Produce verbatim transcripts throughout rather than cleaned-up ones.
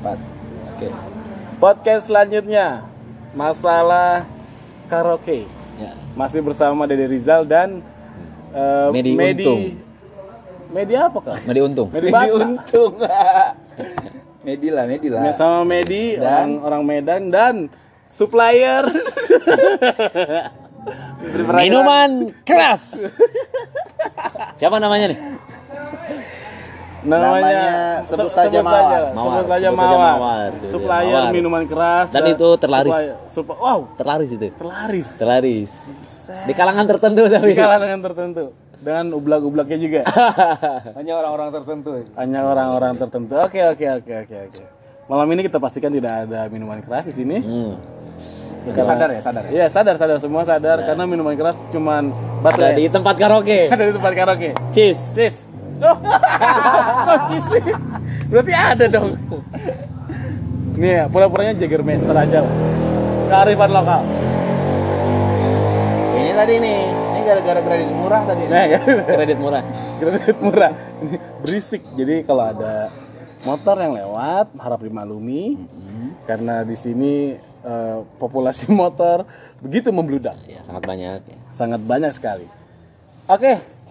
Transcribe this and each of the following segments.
Empat. Oke. Podcast selanjutnya masalah karaoke. Ya. Masih bersama Dede Rizal dan uh, Medi Medi. Untung. Medi apa kak? Medi Untung. Medi Medi Bata. Untung. Medi lah, Medi lah. Ya, sama Medi, Dan- orang orang Medan dan supplier Minuman keras. Siapa namanya nih? namanya, sebut se- saja sebut Mawar. saja, Mawar, sebut saja sebut saja Mawar. Mawar, sebut saja Supplier Mawar. minuman keras Dan itu terlaris. supplier- sup- wow, Terlaris itu. terlaris. Terlaris. Di kalangan tertentu tapi. Di kalangan tertentu. Dengan ublak-ublaknya juga. Hanya orang-orang tertentu. Hanya orang-orang tertentu. Oke, oke, oke, oke, oke. Malam ini kita pastikan tidak ada minuman keras di sini. Hmm. Kita sadar ya, sadar ya. Iya, sadar, sadar semua sadar karena minuman keras cuman batu Ada es. di tempat karaoke. Ada di tempat karaoke. Cheese. Sis. Oh, kok cheese sih? Berarti ada dong. Nih ya, pura-puranya Jägermeister aja lah. Kearifan lokal. Ini tadi nih, ini gara-gara kredit murah tadi. Nah, ya. Kredit murah. Kredit murah. Ini berisik. Jadi kalau ada motor yang lewat harap dimaklumi. Karena di sini eh, populasi motor begitu membludak. Ya, sangat banyak ya. Sangat banyak sekali. Oke.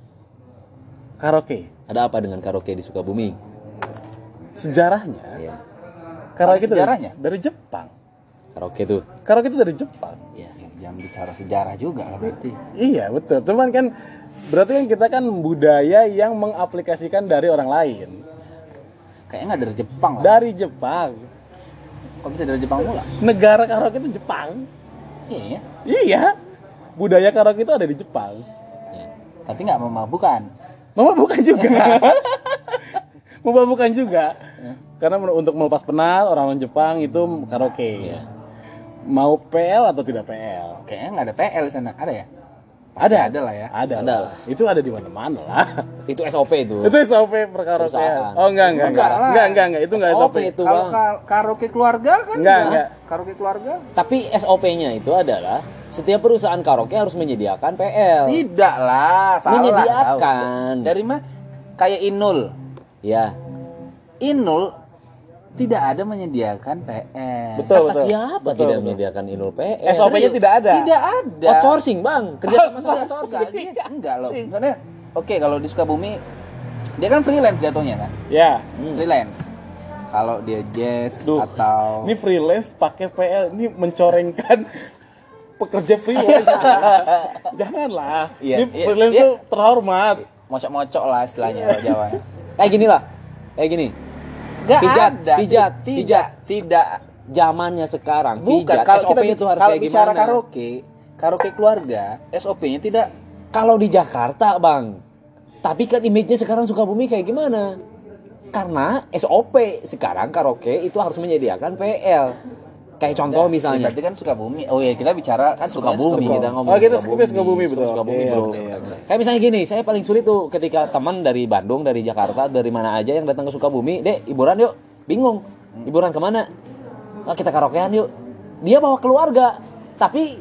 Karaoke. Ada apa dengan karaoke di Sukabumi? Sejarahnya, Ya. karaoke itu sejarahnya? dari, dari Jepang. Karaoke tuh. Karaoke itu dari Jepang. Ya. Jangan bicara sejarah juga lah berarti. Iya betul. Cuman kan berarti kan kita kan budaya yang mengaplikasikan dari orang lain. Kayaknya nggak dari Jepang lah. Dari Jepang. Kok bisa dari Jepang pula? Negara karaoke itu Jepang. Iya. Iya. Budaya karaoke itu ada di Jepang. Ya. Tapi nggak memabukkan. Mama bukan juga. Mama bukan juga. Karena untuk melepas penat orang Jepang itu karaoke. Ya. Mau P L atau tidak P L? Kayaknya nggak ada P L di sana. Ada ya? Ada, ada lah ya. Ada, Ada lah. lah. Itu ada di mana-mana lah. Itu S O P itu. Itu S O P perkaraokean. Perusahaan. Oh enggak enggak enggak. Enggak lah. Enggak enggak enggak, itu enggak S O P. S O P itu, Kalau Bang. ka- karaoke keluarga kan? Enggak, enggak. Karaoke keluarga? Tapi S O P-nya itu adalah setiap perusahaan karaoke harus menyediakan P L. Tidak lah, salah. Menyediakan. tahu. Dari mana? Kayak Inul. Ya. Inul tidak ada menyediakan P L. Betul. Kata siapa Betul, tidak betul. menyediakan Inul P L? S O P-nya tidak ada. Tidak ada. Outsourcing, Bang. Kerja sama sama Enggak, outsourcing. enggak, enggak loh. Misalnya, oke kalau di Sukabumi dia kan freelance jatuhnya kan? Ya. Freelance. Kalau dia jazz Duh, atau ini freelance pakai P L, ini mencorengkan pekerja freelance. Janganlah. Iya, ini iya, freelance iya. tuh terhormat. mocok-mocok lah istilahnya kalau Jawa. Kayak gini lah. Kayak gini. Enggak Pijat, ada. pijat, tidak, pijat. tidak. Zamannya sekarang Bukan pijat. kalau S O P kita itu harus kalau kayak bicara gimana? karaoke, karaoke keluarga, S O P-nya tidak. Kalau di Jakarta, Bang. Tapi kan image-nya sekarang Sukabumi kayak gimana? Karena S O P sekarang karaoke itu harus menyediakan P L. Kayak contoh Ya, misalnya. berarti kan Sukabumi. Oh ya, kita bicara kan Sukabumi Sukabumi. kita ngomong. Oh, kita Sukabumi, Sukabumi, betul. Sukabumi, Iya, bro. iya, Kayak misalnya gini, saya paling sulit tuh ketika teman dari Bandung, dari Jakarta, dari mana aja yang datang ke Sukabumi, "Dek, liburan yuk." Bingung. Liburan kemana? "Ah, kita karaokean yuk." Dia bawa keluarga. Tapi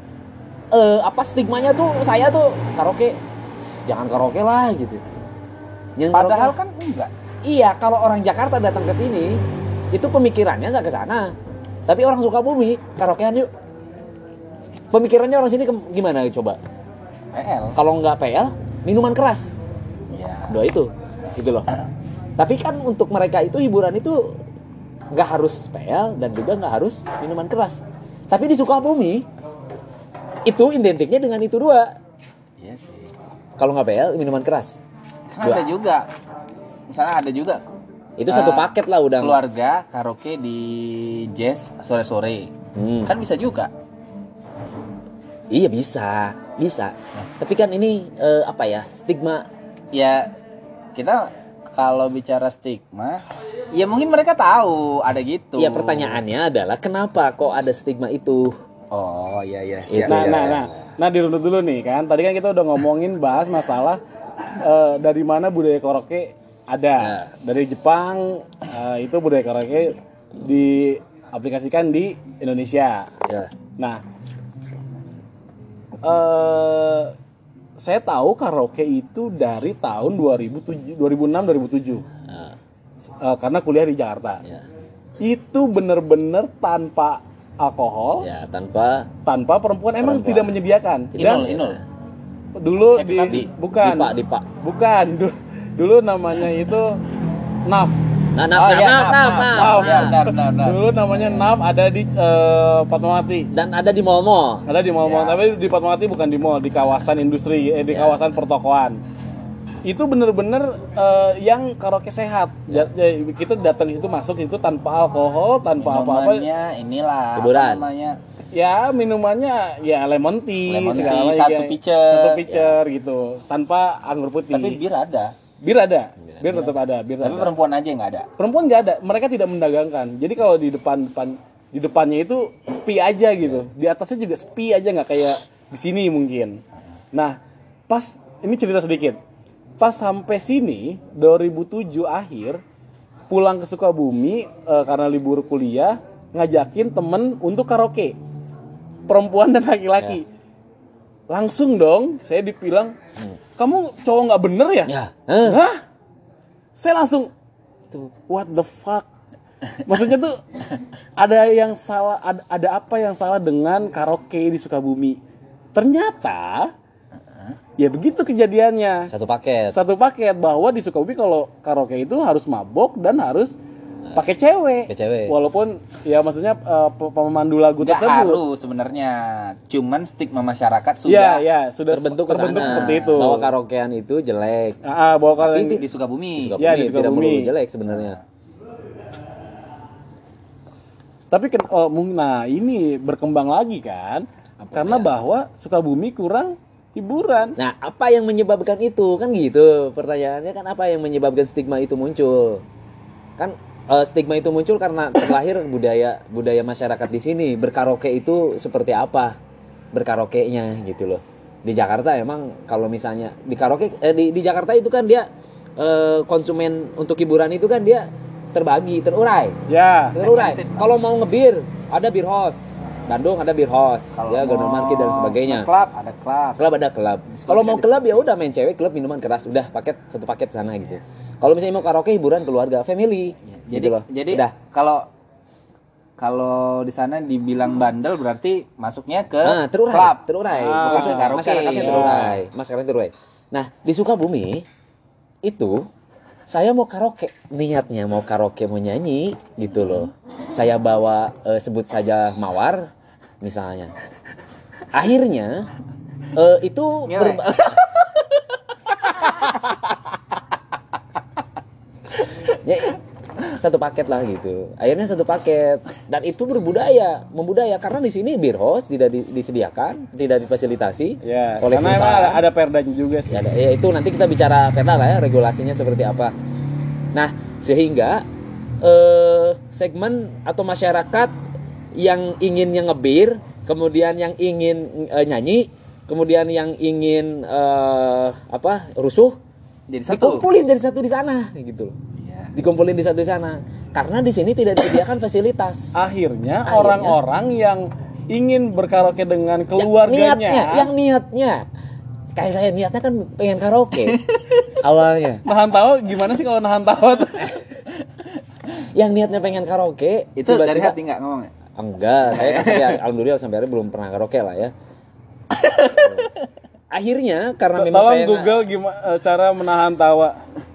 eh, apa stigmanya tuh saya tuh karaoke jangan karaoke lah gitu. Yang Padahal karaoke- kan enggak. iya, kalau orang Jakarta datang ke sini, itu pemikirannya nggak ke sana. Tapi orang Sukabumi, karaokean yuk. Pemikirannya orang sini ke- gimana coba? P L. Kalau nggak P L, minuman keras. Iya. Dua itu, gitu loh. Tapi kan untuk mereka itu hiburan itu nggak harus P L dan juga nggak harus minuman keras. Tapi di Sukabumi, itu identiknya dengan itu dua. Iya sih. Kalau nggak P L, minuman keras. Kan ada juga. Misalnya ada juga Itu satu Eh, paket lah udah. keluarga karaoke di jazz sore-sore. Hmm. Kan bisa juga. Iya bisa, bisa. Tapi kan ini eh, apa ya, stigma. Ya kita kalau bicara stigma, ya mungkin mereka tahu ada gitu. Ya pertanyaannya adalah kenapa kok ada stigma itu? Oh iya iya. Itu. Nah, Iya, nah, iya. nah, nah dirunut dulu nih kan. Tadi kan kita udah ngomongin bahas masalah eh, dari mana budaya karaoke ada. Dari Jepang eh, itu budaya karaoke diaplikasikan di Indonesia. Ya. Nah, eh saya tahu karaoke itu dari tahun dua ribu tujuh, dua ribu enam dua ribu tujuh. Nah, Eh, karena kuliah di Jakarta. ya. itu bener-bener tanpa alkohol, Ya, tanpa tanpa perempuan emang Perempuan. tidak menyediakan. Inul, Dan inul. dulu Happy di Papi. bukan Dipa, Dipa. bukan dulu, dulu namanya itu N A F. Nah, nah, Oh nah, iya, nah, naf, nah, naf, nah. naf. Ya, benar, benar, benar. Dulu namanya N A F ada di eh, Fatmawati. Dan ada di mall-mall. Ada di mall-mall, Ya. tapi di Fatmawati bukan di mall, di kawasan industri, eh, di Ya. kawasan pertokoan. Itu bener-bener eh, yang karaoke sehat. Ja- ja- kita datang di situ, masuk di situ tanpa alkohol, tanpa apa-apa. Minumannya inilah Hiburan. apa namanya? Ya minumannya ya lemon tea, Lemon segala tea, macam, satu ya. pitcher. satu pitcher gitu, tanpa anggur putih. Tapi bir ada. Bir ada, bir tetap ada, bir Tapi ada. perempuan aja yang nggak ada. Perempuan nggak ada, mereka tidak mendagangkan. Jadi kalau di depan depan di depannya itu sepi aja gitu, di atasnya juga sepi aja, nggak kayak di sini mungkin. Nah, pas ini cerita sedikit, pas sampai sini dua ribu tujuh akhir pulang ke Sukabumi eh, karena libur kuliah, ngajakin temen untuk karaoke, perempuan dan laki-laki. Langsung dong, saya dibilang, kamu cowok nggak bener ya? Ya. Eh. Hah? Saya langsung tuh, what the fuck? Maksudnya tuh ada yang salah, ada, ada apa yang salah dengan karaoke di Sukabumi? Ternyata ya begitu kejadiannya. Satu paket. Satu paket bahwa di Sukabumi kalau karaoke itu harus mabok dan harus pakai cewek. Pakai cewek. Walaupun ya maksudnya eh, pe- pemandu lagu Nggak tersebut. harus sebenarnya. Cuman stigma masyarakat Ya, sudah ya, sudah terbentuk ke terbentuk sana, seperti itu. bahwa karaokean itu jelek. Ah, ah, bahwa tapi karaoke- di Sukabumi. Sukabumi Ya, di tidak Sukabumi. perlu jelek sebenarnya. Tapi kan oh, mung- nah ini berkembang lagi kan, karena bahwa Sukabumi kurang hiburan. Nah, apa yang menyebabkan itu? Kan gitu. Pertanyaannya kan apa yang menyebabkan stigma itu muncul? Kan eh, stigma itu muncul karena terlahir budaya budaya masyarakat di sini berkaraoke itu seperti apa? Berkaraoke-nya gitu loh. Di Jakarta emang kalau misalnya di karaoke eh, di di Jakarta itu kan dia eh, konsumen untuk hiburan itu kan dia terbagi, terurai. Ya, Terurai. Kalau mau ngebir, ada beer house. Bandung ada beer house, Kalau ya Gondor mau Market dan sebagainya. Klub ada klub. Klub ada klub. Kalau mau klub ya udah main cewek, klub minuman keras, udah paket satu paket sana gitu. Kalau misalnya mau karaoke hiburan keluarga, family. Jadi gitu loh. jadi udah. kalau kalau di sana dibilang bandel berarti masuknya ke Nah, terurai, klub. terurai. Ah, Maksudnya karaoke. masyarakatnya Ya. terurai, masyarakatnya terurai. Nah, di Sukabumi itu saya mau karaoke, niatnya mau karaoke, mau nyanyi gitu loh. Saya bawa eh, sebut saja Mawar misalnya. Akhirnya eh, itu Ngewe. berba- ya, satu paket lah gitu. Akhirnya satu paket dan itu berbudaya, membudaya karena di sini beer house tidak di- disediakan, tidak difasilitasi ya. oleh Karena emang perusahaan. ada, ada perdanya juga sih. Ya, ada- ya, itu nanti kita bicara perda lah ya, regulasinya seperti apa. Nah, sehingga eh, segmen atau masyarakat yang inginnya ngebir, kemudian yang ingin eh, nyanyi, kemudian yang ingin eh, apa rusuh, Jadi satu. dikumpulin jadi satu di sana, gitu. Iya. Dikumpulin di satu di sana. Karena di sini tidak disediakan fasilitas. Akhirnya, Akhirnya. orang-orang yang ingin berkaraoke dengan Yang keluarganya, niatnya, yang niatnya, kayak saya niatnya kan pengen karaoke awalnya. nahan tahu gimana sih kalau nahan tahu tuh? Yang niatnya pengen karaoke Itu dari tiba-tiba- hati nggak ngomongnya? Enggak, saya kan saya alhamdulillah sampai hari belum pernah karaoke lah ya. Akhirnya karena memang Tolong saya Google gimana cara menahan tawa.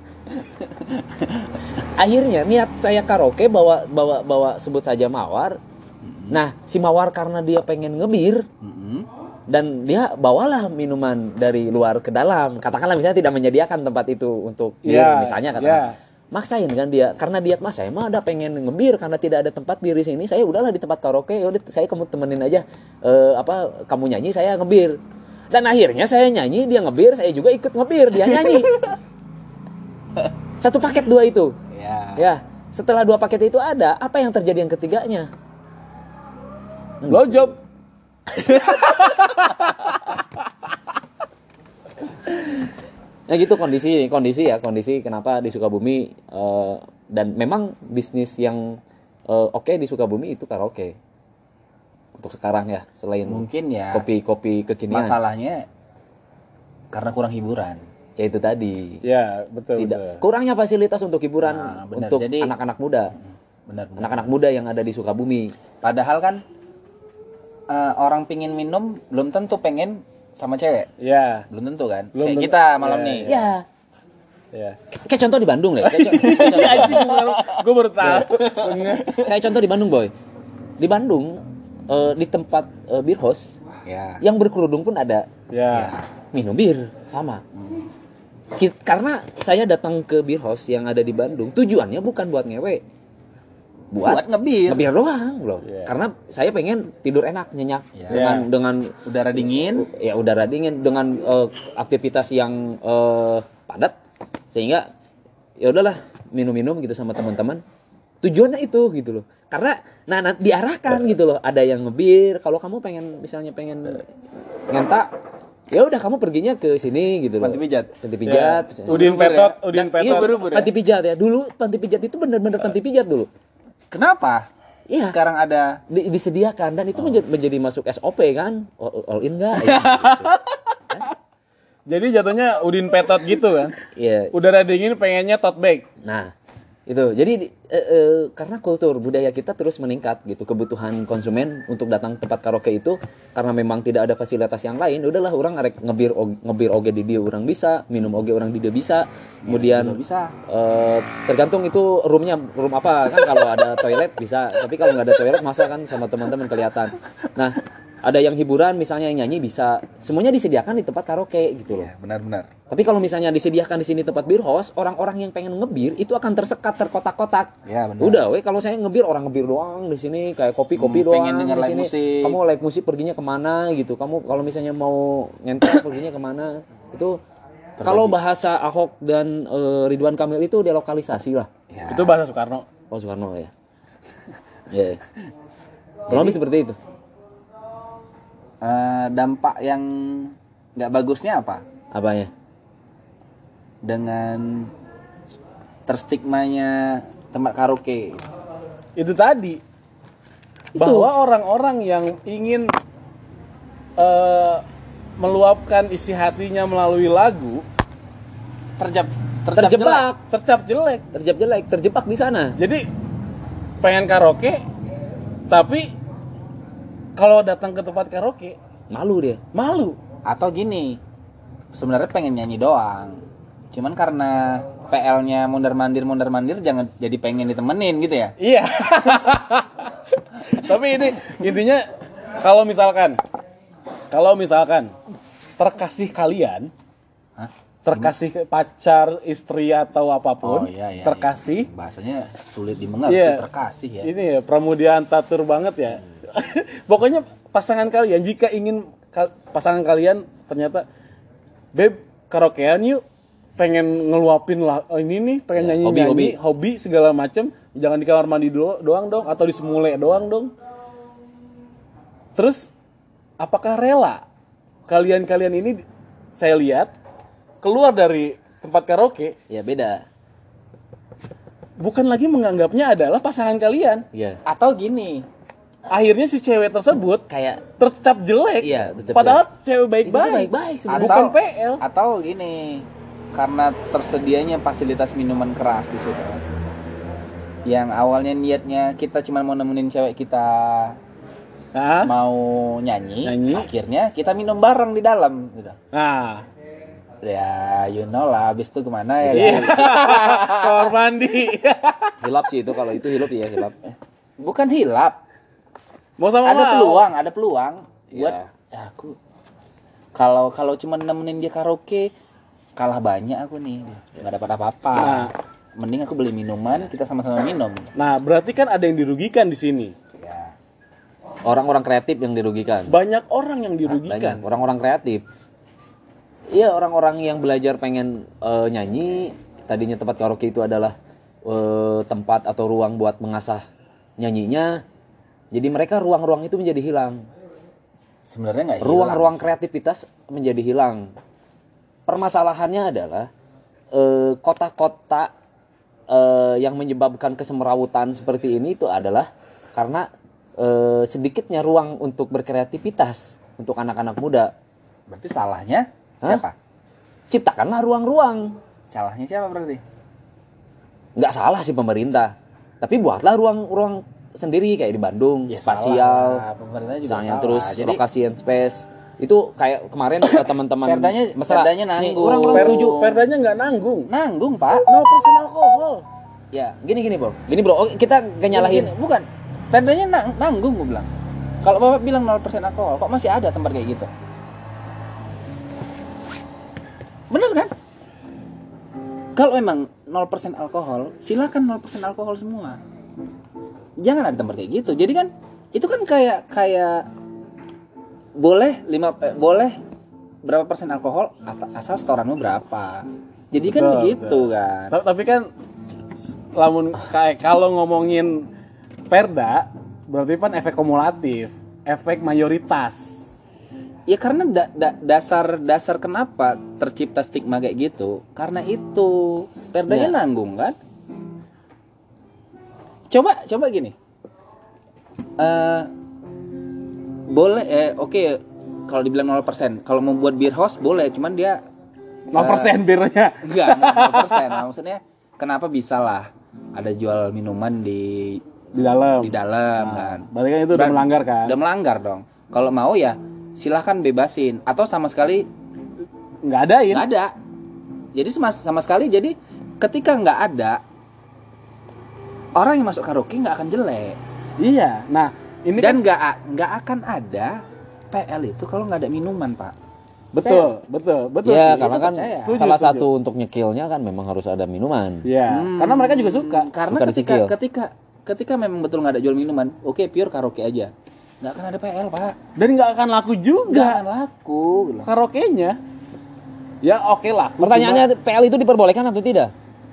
akhirnya niat saya karaoke bawa bawa bawa sebut saja Mawar. Nah, si Mawar karena dia pengen ngebir dan dia bawalah minuman dari luar ke dalam. Katakanlah misalnya tidak menyediakan tempat itu untuk bir Ya, misalnya katakan. ya. Maksain kan dia karena dia mas saya mah ada pengen ngebir karena tidak ada tempat bir di sini. Saya udahlah di tempat karaoke, ya udah saya kamu temenin aja eh, apa kamu nyanyi saya ngebir. Dan akhirnya saya nyanyi, dia ngebir, saya juga ikut ngebir, dia nyanyi. Satu paket dua itu. Ya. Ya, setelah dua paket itu ada, apa yang terjadi yang ketiganya? Blowjob. Nah gitu kondisi kondisi ya kondisi kenapa di Sukabumi eh, dan memang bisnis yang eh, oke di Sukabumi itu karaoke untuk sekarang ya selain Mungkin ya kopi-kopi kekinian masalahnya karena kurang hiburan. ya itu tadi Ya, betul tidak betul. kurangnya fasilitas untuk hiburan Nah, benar. untuk Jadi- anak-anak muda Benar, benar. Anak-anak muda yang ada di Sukabumi. Padahal kan eh, orang pingin minum belum tentu pengen sama cewek. Ya. Belum tentu kan? Belum Kayak tentu. kita malam Iya, nih. Ya. Ya. Kayak contoh di Bandung deh. Kayak, co- kayak contoh, Anjing gue baru tahu. kayak contoh di Bandung, Boy. Di Bandung eh, di tempat eh, beer house Ya. yang berkerudung pun ada Ya. minum bir sama. Ki- Karena saya datang ke beer house yang ada di Bandung, tujuannya bukan buat ngewe, buat, Buat ngebir. ngebir doang loh. Iya. Karena saya pengen tidur enak, nyenyak Iya. dengan Iya. dengan Udara dingin. ya udara dingin dengan eh, aktivitas yang eh, padat, sehingga ya udahlah minum-minum gitu sama teman-teman. Tujuannya itu gitu loh. Karena nah, nah diarahkan gitu loh. Ada yang ngebir, kalau kamu pengen misalnya pengen ngentak, ya udah kamu perginya ke sini gitu loh. Panti pijat. Panti pijat. misalnya. Udin Buru-buru Petot, ya? Udin Iya, Petot. buru-buru ya? panti pijat ya. Dulu panti pijat itu benar-benar panti pijat dulu. Kenapa? Iya. Sekarang ada Di- disediakan dan itu menjadi, menjadi masuk S O P kan. All, all in enggak? Jadi jatuhnya Udin Petot gitu kan. Iya. Udara dingin pengennya tote bag. Nah, itu. Jadi di- eh, eh, karena kultur budaya kita terus meningkat gitu, kebutuhan konsumen untuk datang tempat karaoke itu karena memang tidak ada fasilitas yang lain, udahlah orang arek ngebir og- ngebir oge di dia orang bisa, minum oge orang di dia bisa. Kemudian juga bisa. eh, tergantung itu roomnya room apa kan, kalau ada toilet bisa, tapi kalau nggak ada toilet masa kan sama teman-teman kelihatan. Nah, ada yang hiburan misalnya yang nyanyi bisa, semuanya disediakan di tempat karaoke gitu loh. Ya, benar-benar. Tapi kalau misalnya disediakan di sini tempat beer house, orang-orang yang pengen ngebir itu akan tersekat, terkotak-kotak. Ya, benar. Udah, we kalau saya ngebir orang ngebir doang di sini, kayak kopi-kopi Hmm, doang pengen denger di live sini. musik. Kamu live musik perginya kemana gitu? Kamu kalau misalnya mau nyentak perginya kemana? Itu kalau bahasa Ahok dan eh, Ridwan Kamil itu delokalisasi lah. Ya. Itu bahasa Soekarno. Oh Soekarno ya. Ya. Kurang lebih seperti itu. Eh, dampak yang nggak bagusnya apa? Apanya? Dengan terstigmanya tempat karaoke. Itu tadi. Bahwa orang-orang yang ingin eh, meluapkan isi hatinya melalui lagu Terjeb, terjebak. Terjebak, tercap jelek. terjebak jelek, terjebak di sana. Jadi pengen karaoke tapi kalau datang ke tempat karaoke Malu dia. malu. Atau gini, sebenarnya pengen nyanyi doang. Cuman karena P L-nya mondar-mandir mondar-mandir jangan jadi pengen ditemenin gitu ya. Iya. Tapi ini intinya kalau misalkan kalau misalkan terkasih kalian, Hah? terkasih pacar, istri atau apapun, Oh, iya, iya, terkasih. Bahasanya sulit dimengerti, Iya. terkasih ya. Ini ya Pramudia Antatur banget ya. Pokoknya pasangan kalian jika ingin ka- pasangan kalian ternyata beb karaokean yuk, pengen ngeluapin lah oh, ini nih pengen Ya, nyanyi hobi, nyanyi hobi. segala macem, jangan di kamar mandi do- doang dong atau di semule doang dong. Terus apakah rela kalian-kalian ini saya lihat keluar dari tempat karaoke Ya beda. bukan lagi menganggapnya adalah pasangan kalian. Iya. Atau gini, Akhirnya si cewek tersebut Kayak tercap jelek. Iya, tercap Padahal cewek itu baik-baik. baik-baik sebenarnya. Bukan P L. Atau gini, karena tersedianya fasilitas minuman keras di situ. Yang awalnya niatnya kita cuma mau nemenin cewek kita Nah, mau nyanyi, Nyanyi. akhirnya kita minum bareng di dalam gitu. nah. Ya, you know lah, habis itu kemana ya? Iya. kan? Kamar mandi. Hilap sih itu, kalau itu hilap ya hilap. Bukan hilap, Mau sama ada mau. peluang, ada peluang buat Iya. ya aku. Kalau kalau cuma nemenin dia karaoke, kalah banyak aku nih, nggak dapat apa-apa. Nah. Mending aku beli minuman, kita sama-sama minum. Nah, berarti kan ada yang dirugikan di sini. Ya. Orang-orang kreatif yang dirugikan. Banyak orang yang Banyak dirugikan. orang-orang kreatif. Iya, orang-orang yang belajar pengen eh, nyanyi, tadinya tempat karaoke itu adalah eh, tempat atau ruang buat mengasah nyanyinya. Jadi mereka ruang-ruang itu menjadi hilang. Sebenarnya nggak hilang. Ruang-ruang kreativitas menjadi hilang. Permasalahannya adalah eh, kota-kota eh, yang menyebabkan kesemrawutan seperti ini itu adalah karena eh, sedikitnya ruang untuk berkreativitas untuk anak-anak muda. Berarti salahnya Hah? siapa? Ciptakanlah ruang-ruang. Salahnya siapa berarti? Nggak salah sih pemerintah, Tapi buatlah ruang-ruang sendiri kayak di Bandung, Ya, spasial, salah. Pemerintah juga misalnya salah. terus Jadi- lokasi and space. Itu kayak kemarin ada teman-teman Perdanya- mesra. perdanya Nih, nanggung. orang-orang Per- setuju. Perdanya nggak nanggung. Nanggung, Pak. nol persen alkohol. Ya, gini-gini bro. Gini bro, oke, kita gak nyalahin. Gini, bukan. Perdanya nang- nanggung gue bilang. Kalau Bapak bilang nol persen alkohol, kok masih ada tempat kayak gitu? Bener kan? Kalau memang nol persen alkohol, silakan nol persen alkohol semua. Jangan ada tempat kayak gitu. Jadi kan itu kan kayak kayak boleh lima eh, boleh berapa persen alkohol at- asal setoranmu berapa. Jadi kan Betul, begitu betul. kan. Ta- Tapi kan lamun kayak kalau ngomongin perda berarti kan efek kumulatif, efek mayoritas. Ya karena da- da- dasar dasar kenapa tercipta stigma kayak gitu, karena itu perdanya Ya. nanggung kan. Coba coba gini, Eh boleh eh oke kalau dibilang nol persen, kalau mau buat beer house boleh, cuman dia nol persen birnya. enggak nol persen. Nah, maksudnya kenapa bisa lah ada jual minuman di Di dalam. di dalam kan. Berarti kan itu udah Ber- melanggar kan? Udah melanggar dong. Kalau mau ya silahkan bebasin atau sama sekali Nggak adain. nggak ada. Jadi sama, sama sekali jadi ketika nggak ada orang yang masuk karaoke nggak akan jelek Iya. Nah, ini kan dan nggak a- nggak akan ada P L itu kalau nggak ada minuman, Pak. betul, betul, betul Ya, sih. karena Itu kan percaya. Setuju, salah setuju. satu untuk nyekilnya kan memang harus ada minuman. Ya, Hmm, karena mereka juga suka. Karena Suka ketika disikil. ketika ketika memang betul nggak ada jual minuman, oke pure karaoke aja, nggak akan ada P L, Pak. Dan nggak akan laku Nggak juga akan laku. gitu. karaoke-nya. Ya oke lah. Pertanyaannya P L itu diperbolehkan atau tidak?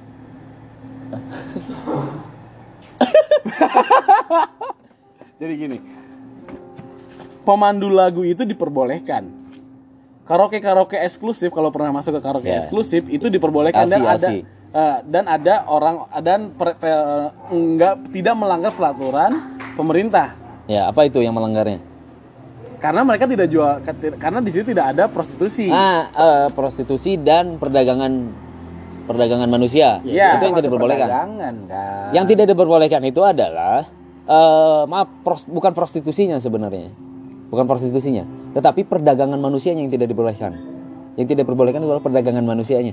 Jadi gini, pemandu lagu itu diperbolehkan. Karaoke-karaoke eksklusif, kalau pernah masuk ke karaoke Ya. eksklusif itu diperbolehkan dan L C, ada L C. eh, dan ada orang dan per, per- enggak tidak melanggar peraturan pemerintah. Ya, apa itu yang melanggarnya? Karena mereka tidak jual, karena di situ tidak ada prostitusi. Ah, eh, prostitusi dan perdagangan perdagangan manusia. Iya. Itu yang tidak Masuk diperbolehkan. perdagangan, kan. Yang tidak diperbolehkan itu adalah eh, maaf pros- bukan prostitusinya sebenarnya. Bukan prostitusinya, tetapi perdagangan manusianya yang tidak diperbolehkan. Yang tidak diperbolehkan adalah perdagangan manusianya.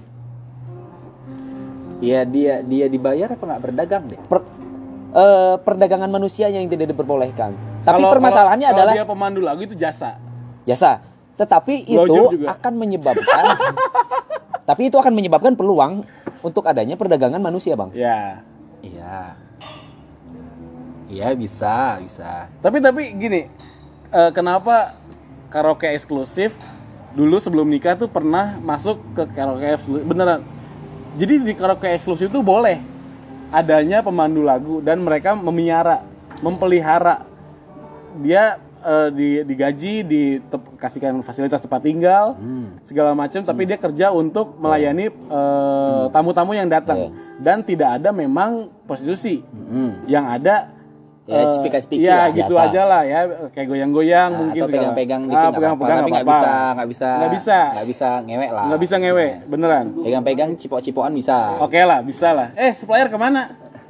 Iya, dia dia dibayar apa nggak berdagang deh? Per- eh, perdagangan manusianya yang tidak diperbolehkan. Tapi Kalau- permasalahannya kalau- adalah kalau dia pemandu lagu itu jasa. jasa. Tetapi Blowjob itu juga. akan menyebabkan tapi itu akan menyebabkan peluang untuk adanya perdagangan manusia, Bang. Ya. Iya. Iya, bisa, bisa. Tapi tapi gini, eh, kenapa karaoke eksklusif dulu sebelum nikah tuh pernah masuk ke karaoke eksklusif beneran. Jadi di karaoke eksklusif tuh boleh adanya pemandu lagu dan mereka memiara, mempelihara. Dia eh, di digaji, dikasihkan fasilitas tempat tinggal, segala macam, tapi dia kerja untuk melayani eh, tamu-tamu yang datang dan tidak ada memang prostitusi. Yang ada Ya, eh, cipika-cipiki ya lah, gitu biasa. aja lah ya, kayak goyang-goyang Nah, mungkin atau segala. pegang-pegang dikit Ah, nggak pegang-pegang apa-apa, tapi nggak nggak bisa, apa-apa. nggak bisa, Nggak bisa. nggak bisa ngewek lah. Nggak bisa ngewek, beneran. Pegang-pegang cipok-cipokan bisa. Oke lah, bisa lah. Eh, supplier kemana?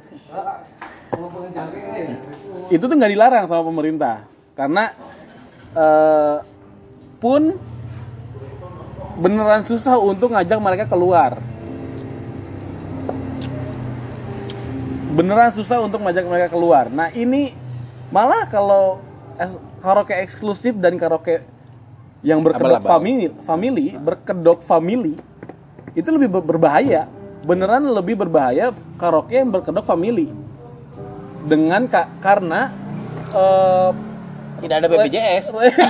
Itu tuh nggak dilarang sama pemerintah, karena eh, pun beneran susah untuk ngajak mereka keluar. Beneran susah untuk ngajak mereka keluar. Nah ini malah kalau es- karaoke eksklusif dan karaoke yang berkedok Abal-abal. family, family, berkedok family itu lebih ber- berbahaya. Beneran lebih berbahaya karaoke yang berkedok family. Dengan ka- karena eh, Tidak ada B P J S.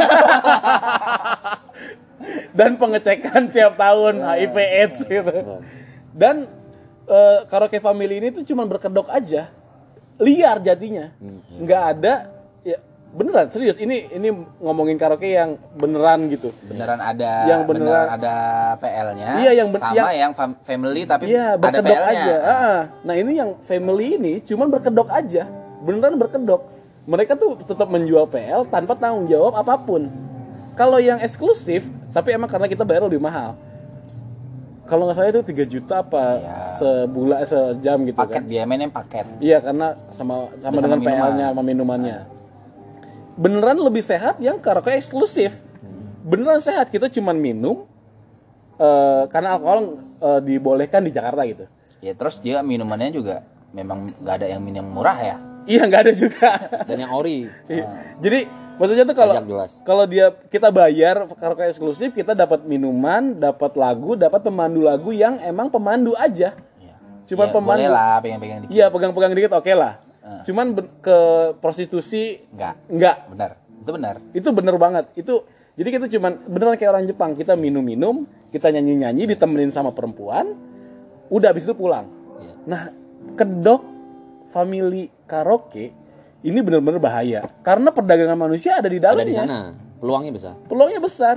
dan pengecekan tiap tahun H I V AIDS gitu. Dan eh, karaoke family ini tuh cuma berkedok aja, liar jadinya, nggak ada. Ya beneran serius. Ini ini ngomongin karaoke yang beneran gitu. Beneran ada Yang beneran- ada P L-nya. Iya, yang ber- sama yang- yang, fam- family tapi Iya ada berkedok P L-nya. aja. Ah, nah ini yang family ini cuma berkedok aja, beneran berkedok. Mereka tuh tetap menjual P L tanpa tanggung jawab apapun. Kalau yang eksklusif, tapi emang karena kita bayar lebih mahal. kalau nggak salah itu tiga juta apa Iya. sebulan sejam gitu Paket kan. dia mainnya paket. Iya, karena sama sama Sama dengan minuman. P L-nya sama minumannya. Beneran lebih sehat yang karaoke eksklusif. Beneran sehat, kita cuman minum eh, karena alkohol eh, dibolehkan di Jakarta gitu. Ya terus dia minumannya juga memang nggak ada yang minum murah ya. Iya, nggak ada juga. Dan yang ori. Iya. Jadi maksudnya tuh kalau Pajak jelas. kalau dia kita bayar karaoke eksklusif, kita dapat minuman, dapat lagu, dapat pemandu lagu yang emang pemandu aja. Iya. Cuman Ya, pemandu. boleh lah pegang-pegang dikit. Iya, pegang-pegang dikit oke lah. Ah. Cuman ben- ke prostitusi Enggak. enggak. Benar. Itu benar. Itu bener banget. Itu jadi kita cuman beneran kayak orang Jepang, kita minum-minum, kita nyanyi-nyanyi ditemenin sama perempuan, udah habis itu pulang. Iya. Nah, kedok family karaoke ini bener-bener bahaya karena perdagangan manusia ada di Ada dalamnya. di sana. Peluangnya besar. Peluangnya besar.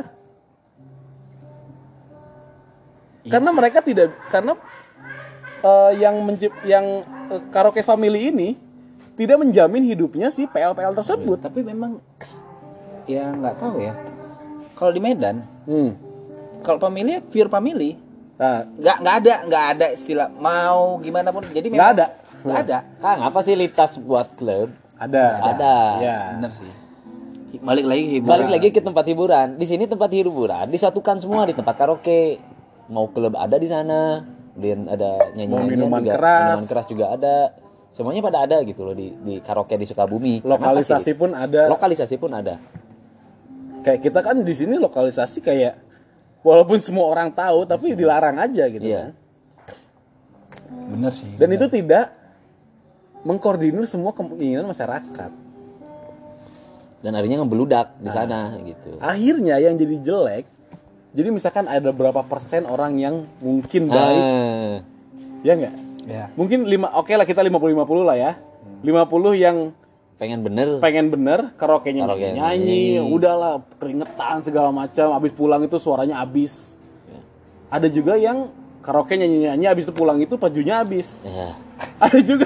Karena mereka tidak karena eh, yang mencip yang eh, karaoke family ini tidak menjamin hidupnya si P L P L tersebut. Tapi memang ya nggak tahu ya. Kalau di Medan, Hmm. kalau family pure family, Nah, nggak nggak ada nggak ada istilah mau gimana pun. Jadi nggak memang ada. nggak ada. Kang, apa fasilitas buat klub? Ada. Ada. Ya. Bener sih. Balik lagi hiburan. Balik lagi ke tempat hiburan. Di sini tempat hiburan disatukan semua di tempat karaoke. Mau klub ada di sana, dan ada nyanyi-nyanyian Mau minuman juga, keras. minuman keras juga ada. Semuanya pada ada gitu loh di di karaoke di Sukabumi. Lokalisasi pun ada. Lokalisasi pun ada. Kayak kita kan di sini lokalisasi kayak walaupun semua orang tahu tapi dilarang aja gitu Iya. kan. Bener sih. Dan itu tidak mengkoordinir semua keinginan masyarakat. Dan akhirnya ngebeludak di sana gitu. Akhirnya yang jadi jelek, jadi misalkan ada berapa persen orang yang mungkin baik, Ah, ya enggak? Ya. Mungkin lima, oke lah kita lima puluh lima puluh lah ya. lima puluh yang pengen bener. pengen bener karaoke-nya Karaoke nyanyi, nyanyi. udahlah keringetan segala macam, habis pulang itu suaranya habis. Ya. Ada juga yang karaoke nyanyi-nyanyi habis itu pulang itu bajunya habis. Ya. Ada juga.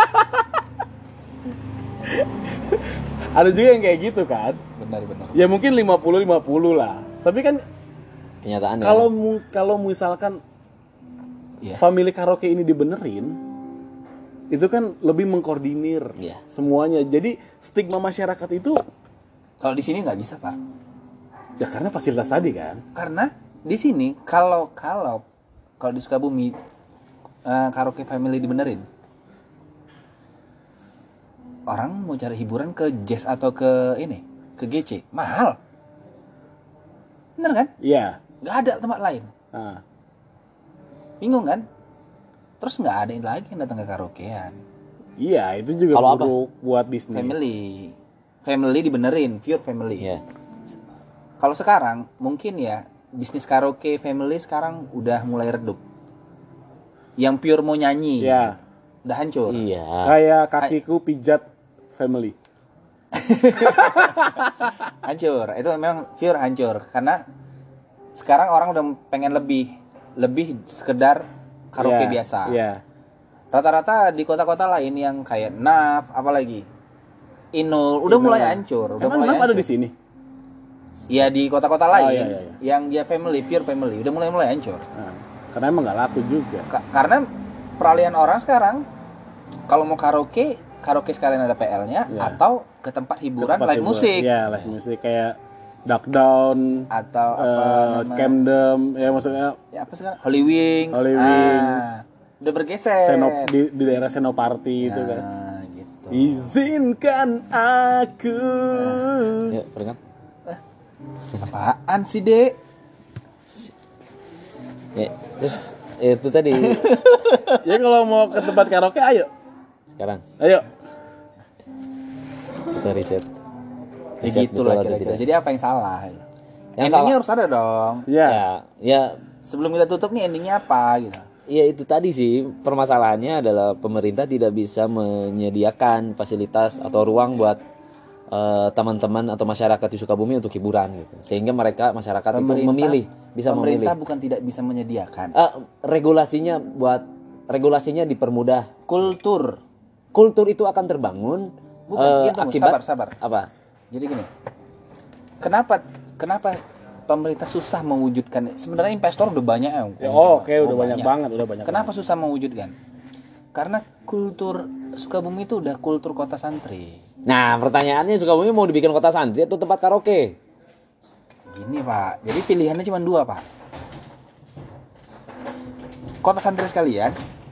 Ada juga yang kayak gitu kan. Benar benar. Ya mungkin lima puluh lima puluh lah. Tapi kan Kenyataannya. kalau mu- kalau misalkan Iya. family karaoke ini dibenerin, itu kan lebih mengkoordinir Iya. semuanya. Jadi stigma masyarakat itu Kalau di sini nggak bisa pak. ya karena fasilitas tadi kan. Karena di sini kalau kalau kalau di Sukabumi eh, karaoke family dibenerin, orang mau cari hiburan ke jazz atau ke ini ke G C mahal, bener kan? Iya. Nggak ada tempat lain, Nah, bingung kan? Terus nggak ada lagi yang datang ke karaokean. iya itu juga Kalau apa? buruk buat bisnis. Family, family dibenerin, pure family. Iya. Kalau sekarang mungkin ya bisnis karaoke family sekarang udah mulai redup. Yang pure mau nyanyi, Iya. udah hancur. Iya. Kayak kakiku pijat family. Hancur. Itu memang pure hancur karena sekarang orang udah pengen lebih lebih sekedar karaoke Iya, biasa. Iya. Rata-rata di kota-kota lain yang kayak Naf apalagi Inul udah Inul mulai ya. hancur, udah Emang mulai Naf ada hancur. di sini? Iya di kota-kota Oh, lain iya, iya, iya. yang dia family, pure family udah mulai-mulai hancur. Nah, karena emang nggak laku juga. Ka- karena peralihan orang sekarang kalau mau karaoke, karaoke sekalian ada P L-nya Iya. atau ke tempat hiburan Tempat live hiburan. musik Iya, live musik kayak Duck Down, atau apa eh namanya? Camden, ya maksudnya Ya apa sekarang? Holy Wings. Holy Ah, Wings. udah bergeser. Senop di, di daerah Senopati itu kan. Nah, gitu. Izinkan aku. Yuk, peringat. Apaan sih, Dek? Ya, terus itu tadi Ya kalau mau ke tempat karaoke ayo. sekarang Ayo. kita riset. Ya Riset gitu betul lah atau kira-kira. tidak. Jadi apa yang salah? Yang Endingnya salah- harus ada dong. Ya. Ya, ya, Sebelum kita tutup nih endingnya apa gitu. ya itu tadi sih permasalahannya adalah pemerintah tidak bisa menyediakan fasilitas atau ruang buat eh, teman-teman atau masyarakat di Sukabumi untuk hiburan gitu. Sehingga mereka masyarakat itu memilih, bisa memilih. Pemerintah bukan tidak bisa menyediakan. Eh, regulasinya buat regulasinya dipermudah. Kultur. Kultur itu akan terbangun Bukan, eh, iya, tunggu, akibat sabar, sabar. apa? Jadi gini. Kenapa kenapa pemerintah susah mewujudkan. Sebenarnya investor udah banyak ya. Ya, oh, oke, okay, udah banyak, banyak banget, udah banyak. Kenapa banget. susah mewujudkan? Karena kultur Sukabumi itu udah kultur kota santri. Nah, pertanyaannya Sukabumi mau dibikin kota santri atau tempat karaoke? Gini Pak, jadi pilihannya cuma dua Pak. Kota santri sekalian,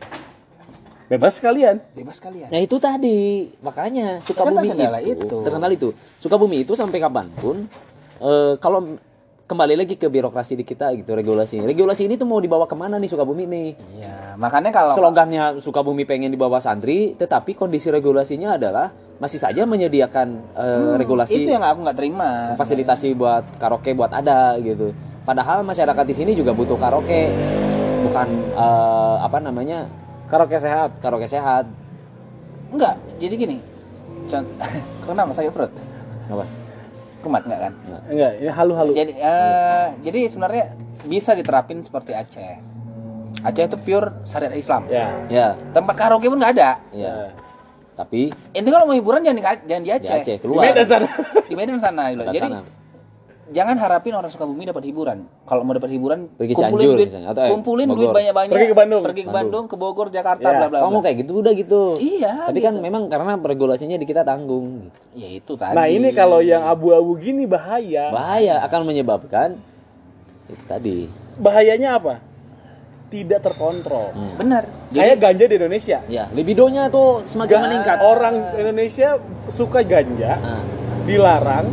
Bebas sekalian. bebas sekalian. Nah itu tadi, makanya Sukabumi terkendala itu, itu. terkenal itu. Sukabumi itu sampai kapanpun, eh, kalau kembali lagi ke birokrasi di kita gitu, regulasi. Regulasi ini tuh mau dibawa kemana nih Sukabumi nih? Iya, makanya kalau Slogannya Sukabumi pengen dibawa santri, tetapi kondisi regulasinya adalah masih saja menyediakan eh, Hmm, regulasi itu yang aku nggak terima. fasilitasi buat karaoke buat ada gitu. Padahal masyarakat di sini juga butuh karaoke, bukan eh, apa namanya Karaoke sehat. karaoke sehat. Enggak, jadi gini. Contoh, kenapa sakit perut? Apa? Kumat enggak kan? Enggak, ini halu-halu. Jadi eh, jadi sebenarnya bisa diterapin seperti Aceh. Aceh itu pure syariat Islam. Ya. Ya, Tempat karaoke pun nggak ada. ya. Tapi Intinya kalau mau hiburan jangan di, jangan di di Aceh. Aceh Di keluar. Medan sana. Di Medan sana gitu. Dekat Jadi sana. jangan harapin orang Sukabumi dapat hiburan. Kalau mau dapat hiburan, Pergi kumpulin Cianjur duit, misalnya, atau, eh, kumpulin Bogor. duit banyak-banyak. Pergi ke Bandung. Pergi ke Bandung. Bandung, ke Bogor, Jakarta, Ya. bla bla. Kamu bla. kayak gitu udah gitu. Iya. Tapi gitu. kan memang karena regulasinya di kita tanggung. Gitu. Ya itu tadi. Nah, ini kalau yang abu-abu gini bahaya. Bahaya akan menyebabkan itu tadi. Bahayanya apa? Tidak terkontrol. Hmm. benar. Kayak ganja di Indonesia. Ya, libidonya tuh semakin Ga- meningkat. Orang Indonesia suka ganja, Nah, dilarang,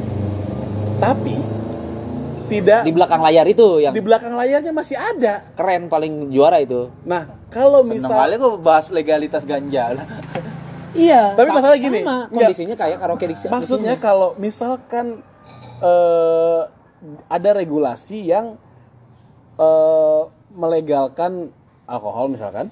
tapi tidak di belakang layar itu yang di belakang layarnya masih ada. keren paling juara itu. Nah, kalau Seneng misal kali kok bahas legalitas ganja. Iya. Tapi sa- masalah gini, sama enggak. kondisinya kayak karaoke di di maksudnya sini. kalau misalkan eh, ada regulasi yang eh, melegalkan alkohol misalkan,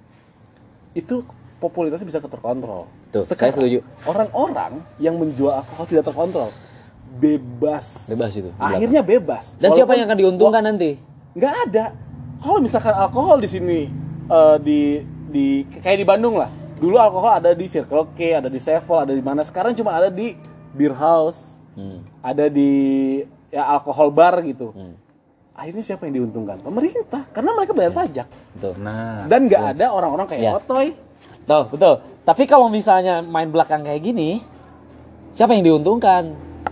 itu popularitasnya bisa terkontrol. Tuh, saya setuju. Orang-orang yang menjual alkohol tidak terkontrol, bebas. Bebas itu, di Akhirnya bebas. Dan siapa Walaupun- yang akan diuntungkan nanti? nggak ada. Kalau misalkan alkohol di sini eh, di di kayak di Bandung lah. Dulu alkohol ada di Circle K, ada di Sevel, ada di mana. Sekarang cuma ada di beer house, Hmm. ada di ya alkohol bar gitu. Hmm. Akhirnya siapa yang diuntungkan? Pemerintah, karena mereka bayar pajak. Betul. Nah, Dan nggak ada orang-orang kayak Ya. Otoy. Tuh, betul. Tapi kalau misalnya main belakang kayak gini, siapa yang diuntungkan?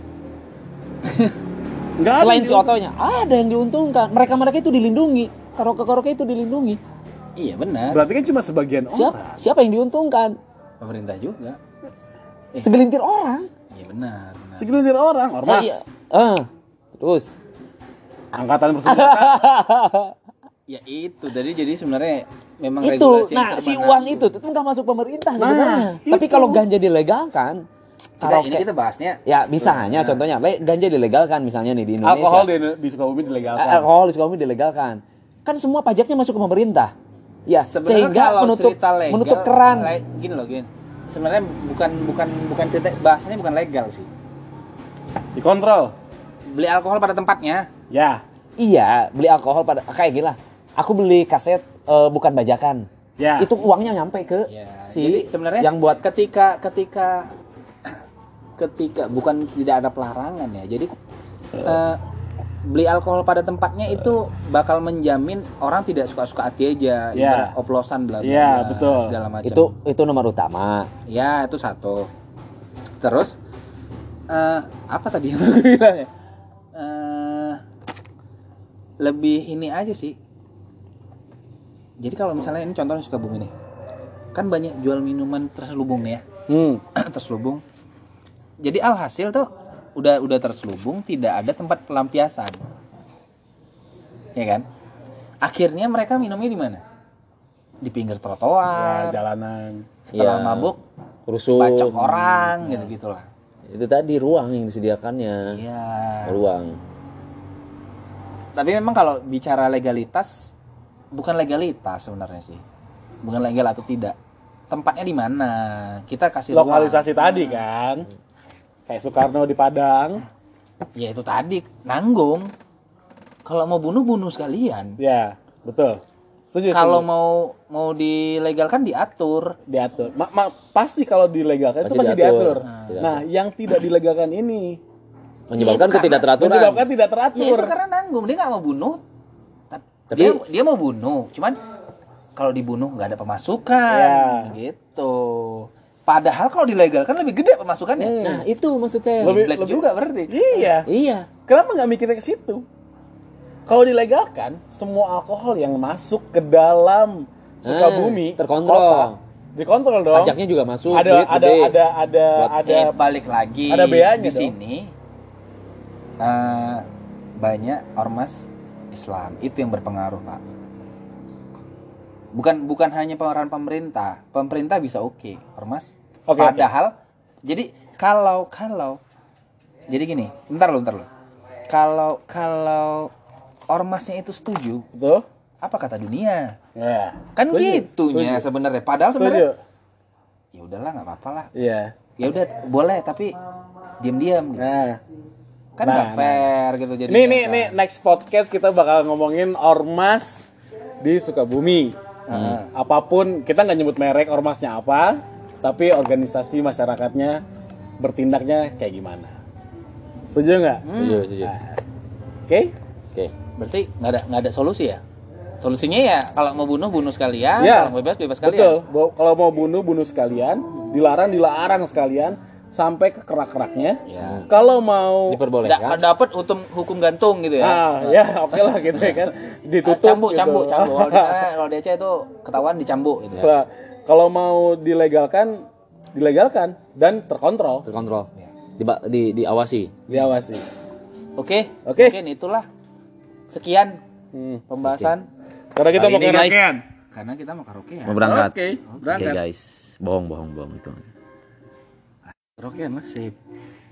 Nggak ada Selain yang si Otonya, ada yang diuntungkan. Mereka-mereka itu dilindungi. Karaoke-karaoke itu dilindungi. iya benar. Berarti kan cuma sebagian orang. Siapa? Siapa yang diuntungkan? Pemerintah juga. Segelintir orang. Iya benar. benar. Segelintir orang, ormas. Eh, iya. Eh, terus. Angkatan bersenjata. Ya itu tadi jadi sebenarnya memang Itu, regulasi yang nah serba si nanggung. uang itu itu nggak masuk pemerintah sebenarnya. Tapi itu. kalau ganja dilegalkan, Kita, karaoke, ini kita bahasnya ya misalnya contohnya, le- ganja dilegalkan misalnya nih di Indonesia. Alkohol di, di Sukabumi dilegalkan. Eh, alkohol di Sukabumi dilegalkan. Kan semua pajaknya masuk ke pemerintah. Ya, sebenarnya sehingga kalau menutup cerita legal, menutup keran. le- gini loh gini. Sebenarnya bukan bukan bukan cerita bahasanya bukan legal sih. Dikontrol. Beli alkohol pada tempatnya. Ya. Iya, beli alkohol pada kayak gila. Aku beli kaset eh, bukan bajakan. Ya. Itu uangnya nyampe ke Ya, si jadi sebenarnya yang buat ketika ketika ketika bukan tidak ada pelarangan ya. Jadi eh, beli alkohol pada tempatnya itu bakal menjamin orang tidak suka-suka hati aja, Ya. ibarat oplosan bla bla Ya, bla, betul. segala macam. itu itu nomor utama. Ya, itu satu. Terus eh, apa tadi yang aku bilang ya? Eh, lebih ini aja sih. Jadi kalau misalnya ini contohnya Sukabumi nih. Kan banyak jual minuman terselubung nih ya. Hmm. Terselubung. Jadi alhasil tuh udah udah terselubung, tidak ada tempat pelampiasan. Ya kan? Akhirnya mereka minumnya di mana? Di pinggir Ya, trotoar. jalanan. Setelah Ya, mabuk rusuh. bacok orang gitu-gitulah. Itu tadi ruang yang disediakannya. Iya. Ruang. Tapi memang kalau bicara legalitas, bukan legalitas sebenarnya sih. Bukan legal atau tidak. Tempatnya di mana? Kita kasih Lokalisasi ruang. tadi kan. Kayak Soekarno di Padang. Ya itu tadi nanggung. Kalau mau bunuh bunuh sekalian. Ya, betul. Setuju. Kalau setuju. mau mau dilegalkan diatur. Diatur. Ma- ma- pasti kalau dilegalkan itu Pasti pasti diatur. diatur. Nah. Nah, yang tidak dilegalkan ini Menyebabkan Ya, itu ketidakteraturan. Menyebabkan tidak Ya teratur. itu karena nanggung, dia nggak mau bunuh. Tapi Tapi- dia, dia mau bunuh, cuman kalau dibunuh nggak ada pemasukan, Ya. gitu. Padahal kalau dilegalkan lebih gede pemasukannya. Nah, itu maksud saya. Lebih- Black juga berarti. Iya. Iya. Kenapa nggak mikirnya ke situ? Kalau dilegalkan, semua alkohol yang masuk ke dalam Sukabumi, Eh, terkontrol. kota, dikontrol dong. Pajaknya juga masuk, Ada duit ada, gede. ada ada Buat- ada Eh, balik lagi ada beanya di dong. sini eh, banyak ormas Islam itu yang berpengaruh, Pak. Bukan bukan hanya peran pemerintah, pemerintah bisa oke, ormas. Oke, Padahal jadi kalau kalau jadi gini, bentar lu, bentar lu. Kalau kalau ormasnya itu setuju, Betul? apa kata dunia? Ya. Kan Setuju, gitunya setuju. sebenarnya. Padahal Setuju. sebenarnya ya udahlah nggak apa-apa lah. Iya. Ya udah boleh tapi diam-diam gitu. Nah, Kan Nah, nggak nah, fair gitu jadi. nih nih nih next podcast kita bakal ngomongin ormas di Sukabumi. Nah, apapun kita nggak nyebut merek ormasnya apa, tapi organisasi masyarakatnya bertindaknya kayak gimana. Setuju nggak? Setuju, setuju. Nah, Oke? Oke. Berarti nggak ada nggak ada solusi ya? Solusinya ya kalau mau bunuh bunuh sekalian, Ya, kalau mau bebas bebas betul. sekalian. Bo- Kalau mau bunuh bunuh sekalian, dilarang dilarang sekalian sampai ke kerak-keraknya. Ya. Kalau mau Nggak Diperbolehkan. dapat hukum hukum gantung gitu ya. ah ya oke lah gitu ya kan. Ditutup cambuk, gitu. cambuk, cambuk. Kalau di sana, kalau di Aceh itu ketahuan dicambuk gitu ya. Nah, kalau mau dilegalkan, dilegalkan dan terkontrol, Terkontrol. Diba- di diawasi. diawasi. Oke, Oke. mungkin itulah. Sekian Hmm. pembahasan. Karena kita Hari mau ini, guys. karaokean. Karena kita mau karaoke ya. Mau berangkat. Oke, Oke, berangkat. guys. Bohong, bohong, bohong itu. Karaokean lah. Sip.